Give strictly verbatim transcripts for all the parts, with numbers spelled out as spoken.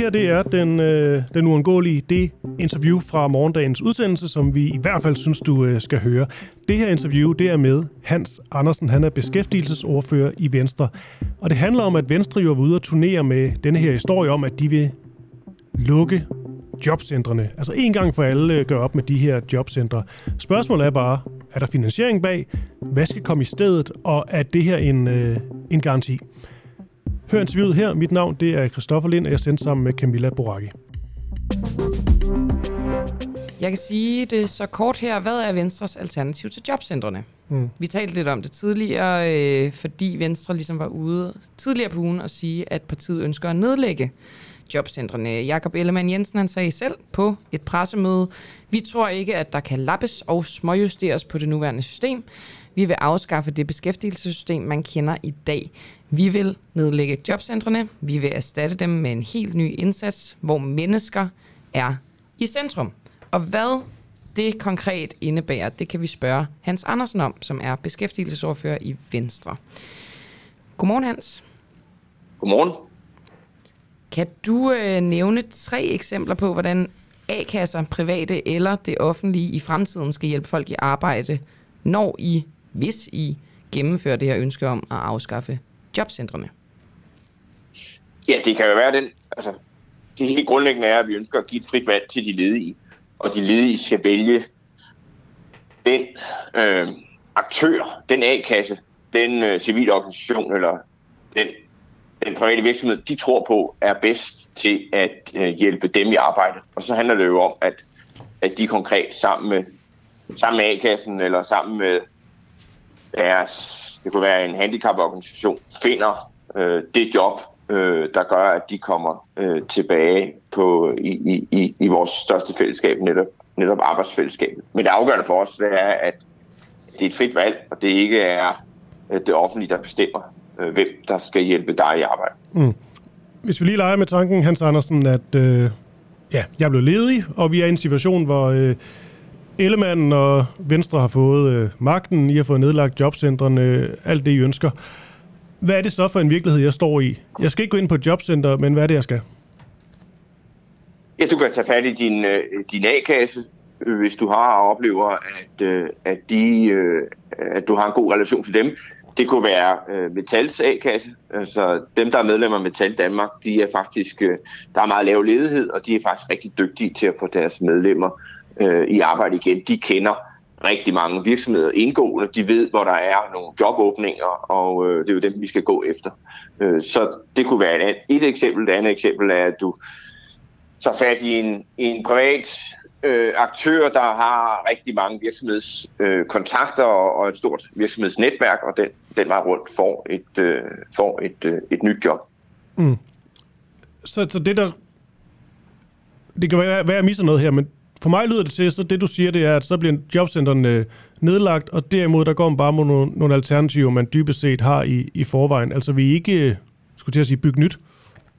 her det er den, øh, den uundgåelige det interview fra morgendagens udsendelse, som vi i hvert fald synes, du øh, skal høre. Det her interview, det er med Hans Andersen. Han er beskæftigelsesordfører i Venstre. Og det handler om, at Venstre jo er ude og turnere med denne her historie om, at de vil lukke jobcentrene. Altså en gang for alle gøre op med de her jobcentre. Spørgsmålet er bare, er der finansiering bag? Hvad skal komme i stedet? Og er det her en, øh, en garanti? Hør interviewet her. Mit navn det er Christoffer Lind, og jeg sender sammen med Camilla Boracchi. Jeg kan sige det så kort her. Hvad er Venstres alternativ til jobcentrene? Mm. Vi talte lidt om det tidligere, øh, fordi Venstre ligesom var ude tidligere på ugen og sige, at partiet ønsker at nedlægge jobcentrene. Jakob Ellemann-Jensen han sagde selv på et pressemøde, vi tror ikke, at der kan lappes og småjusteres på det nuværende system. Vi vil afskaffe det beskæftigelsessystem, man kender i dag. Vi vil nedlægge jobcentrene. Vi vil erstatte dem med en helt ny indsats, hvor mennesker er i centrum. Og hvad det konkret indebærer, det kan vi spørge Hans Andersen om, som er beskæftigelsesordfører i Venstre. Godmorgen, Hans. Godmorgen. Kan du øh, nævne tre eksempler på, hvordan A-kasser, private eller det offentlige i fremtiden skal hjælpe folk i arbejde, når I, hvis I gennemfører det her ønske om at afskaffe jobcentrene? Ja, det kan jo være den. Altså, det helt grundlæggende er, at vi ønsker at give et frit valg til de ledige, og de ledige skal vælge den øh, aktør, den A-kasse, den øh, civile organisation eller den, den private virksomhed, de tror på er bedst til at øh, hjælpe dem i arbejde. Og så handler det jo om, at, at de konkret sammen med, sammen med A-kassen eller sammen med deres, det kunne være en handicaporganisation, finder øh, det job, øh, der gør, at de kommer øh, tilbage på, i, i, i vores største fællesskab, netop, netop arbejdsfællesskabet. Men det afgørende for os, det er, at det er et frit valg, og det ikke er det offentlige, der bestemmer, øh, hvem der skal hjælpe dig i arbejde. Mm. Hvis vi lige leger med tanken, Hans Andersen, at øh, ja, jeg blev ledig, og vi er i en situation, hvor øh, Ellemann og Venstre har fået øh, magten, I har fået nedlagt jobcentrene, øh, alt det I ønsker. Hvad er det så for en virkelighed, jeg står i? Jeg skal ikke gå ind på et jobcenter, men hvad er det, jeg skal? Ja, du kan tage fat i din, øh, din A-kasse, øh, hvis du har og oplever, at, øh, at, de, øh, at du har en god relation til dem. Det kunne være øh, Metals A-kasse. Altså dem, der er medlemmer af Metal Danmark, de er faktisk, øh, der er meget lav ledighed, og de er faktisk rigtig dygtige til at få deres medlemmer øh, i arbejde igen. De kender rigtig mange virksomheder indgående. De ved, hvor der er nogle jobåbninger, og øh, det er jo dem, vi skal gå efter. Øh, så det kunne være et, et eksempel. Det andet eksempel er, at du tager fat i en, en privat øh, aktør, der har rigtig mange virksomhedskontakter øh, og et stort virksomhedsnetværk, og den, den vej rundt får et, øh, får et, øh, et nyt job. Mm. Så, så det der... Det kan være, at jeg misser noget her, men for mig lyder det til, så det du siger, det er, at så bliver jobcentrene nedlagt, og derimod der går man bare mod nogle, nogle alternativer, man dybest set har i, i forvejen. Altså vi ikke, skulle til at sige, bygge nyt.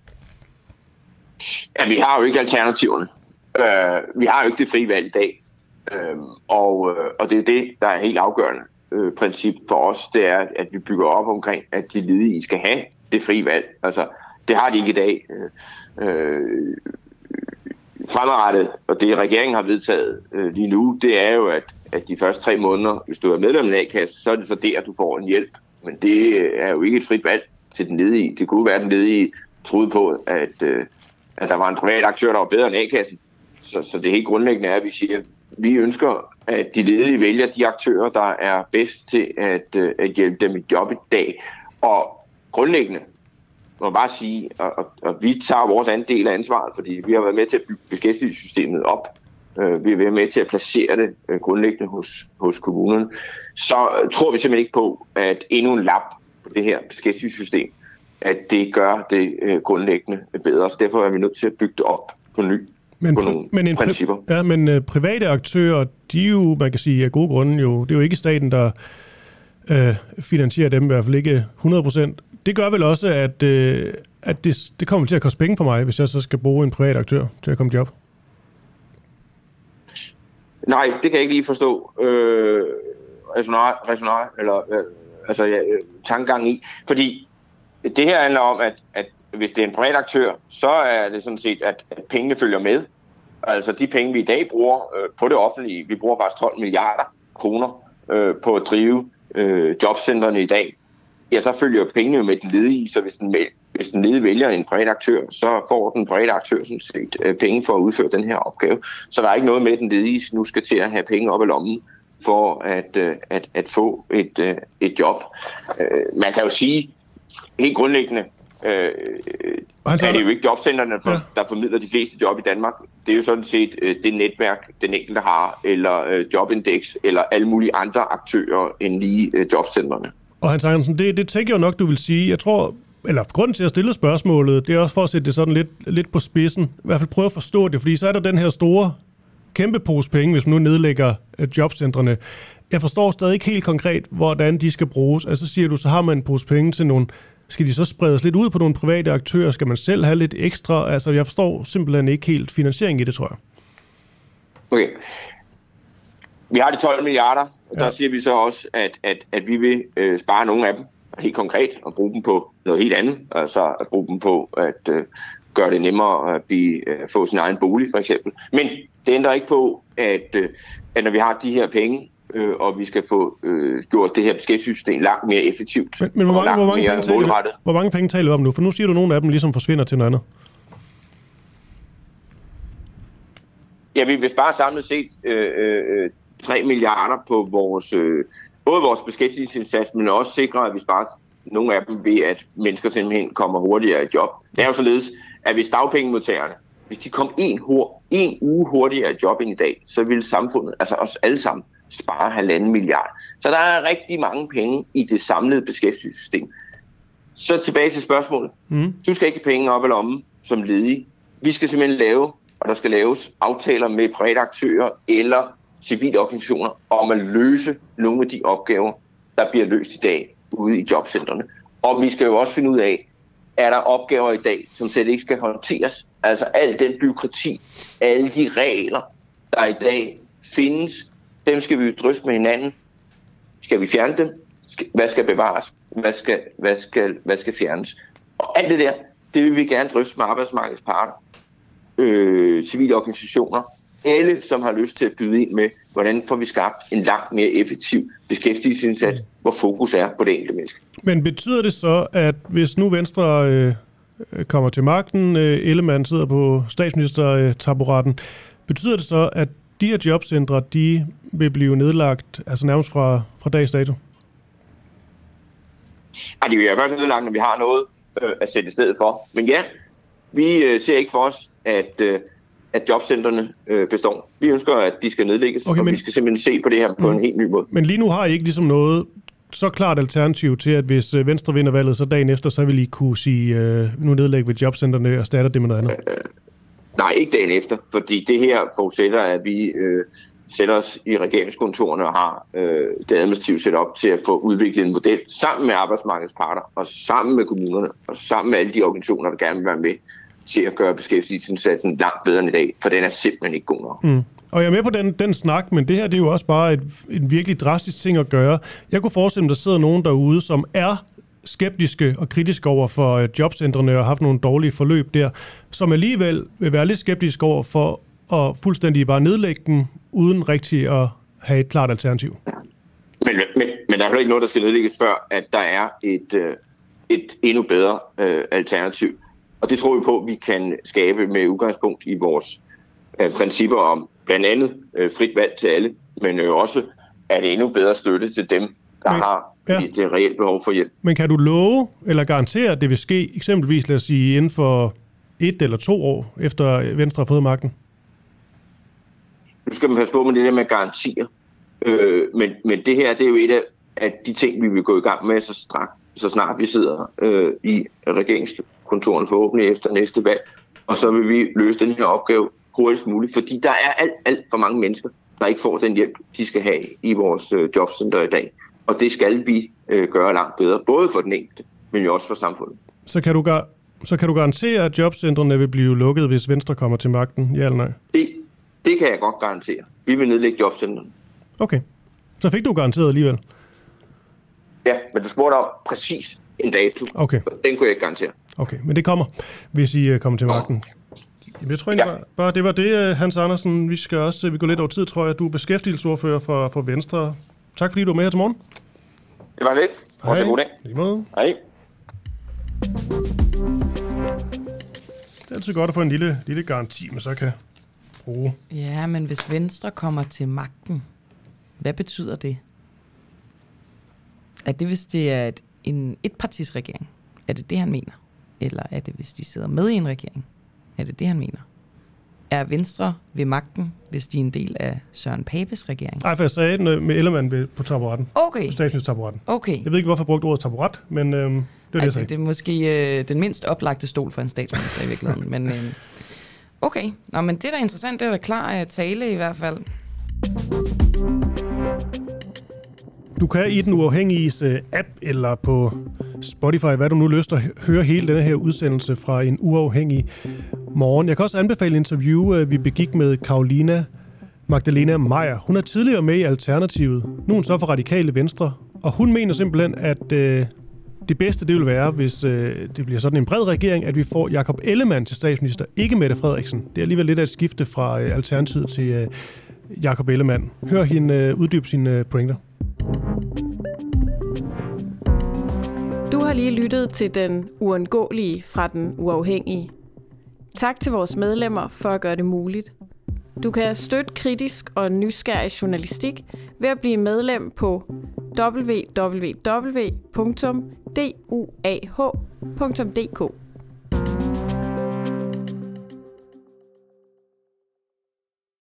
Ja, vi har jo ikke alternativerne. Uh, vi har jo ikke det frie valg i dag. Uh, og, uh, og det er det, der er helt afgørende uh, princip for os, det er, at vi bygger op omkring, at de ledige skal have det frie valg. Altså, det har de ikke i dag. Uh, uh, fremadrettet, og det regeringen har vedtaget uh, lige nu, det er jo, at, at de første tre måneder, hvis du er medlem af en A-kasse, så er det så der, du får en hjælp. Men det er jo ikke et frit valg til den ledige. Det kunne være, at den ledige troede på, at, uh, at der var en privat aktør, der var bedre end A-kassen. Så, så det helt grundlæggende er, at vi siger, at vi ønsker, at de ledige vælger de aktører, der er bedst til at, uh, at hjælpe dem i job i dag. Og grundlæggende må bare sige, at, at vi tager vores andel af ansvaret, fordi vi har været med til at bygge beskæftigelsessystemet op. Vi har været med til at placere det grundlæggende hos, hos kommunerne. Så tror vi simpelthen ikke på, at endnu en lap på det her beskæftigelsessystem, at det gør det grundlæggende bedre. Så derfor er vi nødt til at bygge det op på ny. Men, på nogle men en principper. Pri- ja, men uh, private aktører, de er jo, man kan sige, af gode grunde jo, det er jo ikke staten, der uh, finansierer dem, i hvert fald ikke hundrede procent. Det gør vel også, at, uh, at det, det kommer til at koste penge for mig, hvis jeg så skal bruge en privat aktør til at komme i job. Nej, det kan jeg ikke lige forstå. Øh, resonar, resonar, eller øh, altså ja, tankegang i. Fordi det her handler om, at, at, hvis det er en privat aktør, så er det sådan set, at pengene følger med. Altså de penge, vi i dag bruger øh, på det offentlige, vi bruger faktisk tolv milliarder kroner øh, på at drive øh, jobcentrene i dag. Ja, så følger pengene med den ledige, så hvis den, hvis den ledige vælger en privat aktør, så får den private aktør sådan set øh, penge for at udføre den her opgave. Så der er ikke noget med, at den ledige nu skal til at have penge op i lommen for at, øh, at, at få et, øh, et job. Øh, man kan jo sige, helt grundlæggende, øh, er det jo ikke jobcentrene, for, ja. der formidler de fleste job i Danmark. Det er jo sådan set øh, det netværk, den enkelte har, eller øh, Jobindex, eller alle mulige andre aktører end lige øh, jobcentrene. Og Hans Andersen, det, det tænker jeg jo nok, du vil sige. Jeg tror, eller grunden til at stille spørgsmålet, det er også for at sætte det sådan lidt, lidt på spidsen. I hvert fald prøve at forstå det, fordi så er der den her store, kæmpe pose penge, hvis man nu nedlægger øh, jobcentrene. Jeg forstår stadig ikke helt konkret, hvordan de skal bruges. Altså siger du, så har man en pose penge til nogle. Skal de så spredes lidt ud på nogle private aktører? Skal man selv have lidt ekstra? Altså, jeg forstår simpelthen ikke helt finansiering i det, tror jeg. Okay. Vi har de tolv milliarder, og ja. Der siger vi så også, at, at, at vi vil øh, spare nogle af dem, helt konkret, og bruge dem på noget helt andet. Altså at bruge dem på at øh, gøre det nemmere at blive, øh, få sin egen bolig, for eksempel. Men det ændrer ikke på, at, øh, at når vi har de her penge, Øh, og vi skal få øh, gjort det her beskæftigelsessystem langt mere effektivt. Men, men hvor, mange, hvor, mange penge taler, hvor mange penge taler vi om nu? For nu siger du, at nogle af dem ligesom forsvinder til noget andet. Ja, vi vil spare samlet set øh, øh, tre milliarder på vores, øh, både vores beskæftigelsesindsats, men også sikre, at vi sparer nogle af dem ved, at mennesker simpelthen kommer hurtigere i job. Det er jo således, at hvis dagpengemodtagerne, hvis de kom en, hur, en uge hurtigere i job end i dag, så ville samfundet, altså os alle sammen, spare halvanden milliard. Så der er rigtig mange penge i det samlede beskæftigelsessystem. Så tilbage til spørgsmålet. Mm. Du skal ikke have penge op i lommen som ledig. Vi skal simpelthen lave, og der skal laves aftaler med private aktører eller civile organisationer om at løse nogle af de opgaver, der bliver løst i dag ude i jobcentrene. Og vi skal jo også finde ud af, er der opgaver i dag, som slet ikke skal håndteres. Altså al den bureaukrati, alle de regler, der i dag findes, dem skal vi drøfte med hinanden. Skal vi fjerne dem? Hvad skal bevares? Hvad skal, hvad skal, hvad skal fjernes? Og alt det der, det vil vi gerne drøfte med arbejdsmarkedets parter, øh, civile organisationer, alle, som har lyst til at byde ind med, hvordan får vi skabt en langt mere effektiv beskæftigelsesindsats, hvor fokus er på det enkelte menneske. Men betyder det så, at hvis nu Venstre øh, kommer til magten, øh, Ellemann sidder på statsministertaburetten, betyder det så, at de her jobcentre, de vil blive nedlagt, altså nærmest fra, fra dags dato? Ej, de vil jo først nedlagt, når vi har noget øh, at sætte i stedet for. Men ja, vi øh, ser ikke for os, at, øh, at jobcentrene øh, består. Vi ønsker, at de skal nedlægges, okay, og men, vi skal simpelthen se på det her på mm, en helt ny måde. Men lige nu har I ikke ligesom noget så klart alternativ til, at hvis øh, Venstre vinder valget, så dagen efter, så vil I kunne sige, øh, nu nedlægger vi jobcentrene og starter det med noget andet? Øh, Nej, ikke dagen efter, fordi det her forudsætter, at vi øh, sætter os i regeringskontorene og har øh, det administrative setup til at få udviklet en model sammen med arbejdsmarkedets parter og sammen med kommunerne og sammen med alle de organisationer, der gerne vil være med til at gøre beskæftigelsesindsatsen langt bedre end i dag, for den er simpelthen ikke god nok. Mm. Og jeg er med på den, den snak, men det her det er jo også bare et, en virkelig drastisk ting at gøre. Jeg kunne forestille mig, at der sidder nogen derude, som er skeptiske og kritiske over for jobcentrene og har haft nogle dårlige forløb der, som alligevel vil være lidt skeptiske over for at fuldstændig bare nedlægge den, uden rigtig at have et klart alternativ. Men, men, men der er jo ikke noget, der skal nedlægges før, at der er et, et endnu bedre øh, alternativ. Og det tror vi på, at vi kan skabe med udgangspunkt i vores øh, principper om blandt andet øh, frit valg til alle, men øh, også er det endnu bedre støtte til dem, der men, har ja. et, et reelt behov for hjælp. Men kan du love eller garantere, at det vil ske eksempelvis, lad os sige, inden for et eller to år, efter Venstre har fået magten? Nu skal man passe på med det der med garantier. Øh, men, men det her, det er jo et af, af de ting, vi vil gå i gang med så, straks, så snart vi sidder øh, i regeringskontorene forhåbentlig efter næste valg. Og så vil vi løse den her opgave hurtigst muligt, fordi der er alt, alt for mange mennesker, der ikke får den hjælp, de skal have i vores øh, jobcenter i dag. Og det skal vi øh, gøre langt bedre, både for den enkelte, men jo også for samfundet. Så kan du, gar- så kan du garantere, at jobcentrene vil blive lukket, hvis Venstre kommer til magten? Ja eller nej? Det, det kan jeg godt garantere. Vi vil nedlægge jobcentrene. Okay. Så fik du garanteret alligevel? Ja, men du spurgte om præcis, en dato. Okay. Den kunne jeg ikke garantere. Okay, men det kommer, hvis I uh, kommer til magten. Jamen, jeg tror egentlig ja. bare, bare, det var det, Hans Andersen. Vi skal også, vi går lidt over tid, tror jeg. Du er beskæftigelsesordfører for, for Venstre. Tak fordi du var med her til morgen. Det var lidt. Også en god dag. Lige måde. Hej. Det er altid godt at få en lille, lille garanti, man så kan bruge. Ja, men hvis Venstre kommer til magten, hvad betyder det? Er det, hvis det er et, en etpartisregering? Er det det, han mener? Eller er det, hvis de sidder med i en regering? Er det det, han mener? Er Venstre ved magten, hvis de er en del af Søren Papes regering? Nej, for jeg sagde den med Ellemann på taburetten. Okay. På statsministertaburetten. Okay. Jeg ved ikke, hvorfor jeg brugte ordet taburet, men øhm, det er det, jeg sagde. Det er måske øh, den mindst oplagte stol for en statsminister i virkeligheden. men øh, okay. Nå, men det er da interessant. Det er da klar at tale i hvert fald. Du kan i Den Uafhængiges uh, app eller på Spotify, hvad du nu lyst at høre hele denne her udsendelse fra En Uafhængig Morgen. Jeg kan også anbefale interview, uh, vi begik med Carolina Magdalena Meyer. Hun er tidligere med i Alternativet, nu er hun så for Radikale Venstre, og hun mener simpelthen, at uh, det bedste det vil være, hvis uh, det bliver sådan en bred regering, at vi får Jakob Ellemann til statsminister, ikke Mette Frederiksen. Det er alligevel lidt af et skifte fra uh, Alternativet til uh, Jakob Ellemann. Hør hende uh, uddybe sine uh, pointer. Du har lige lyttet til Den Uundgåelige fra Den Uafhængige. Tak til vores medlemmer for at gøre det muligt. Du kan støtte kritisk og nysgerrig journalistik ved at blive medlem på w w w punktum d u a h punktum d k.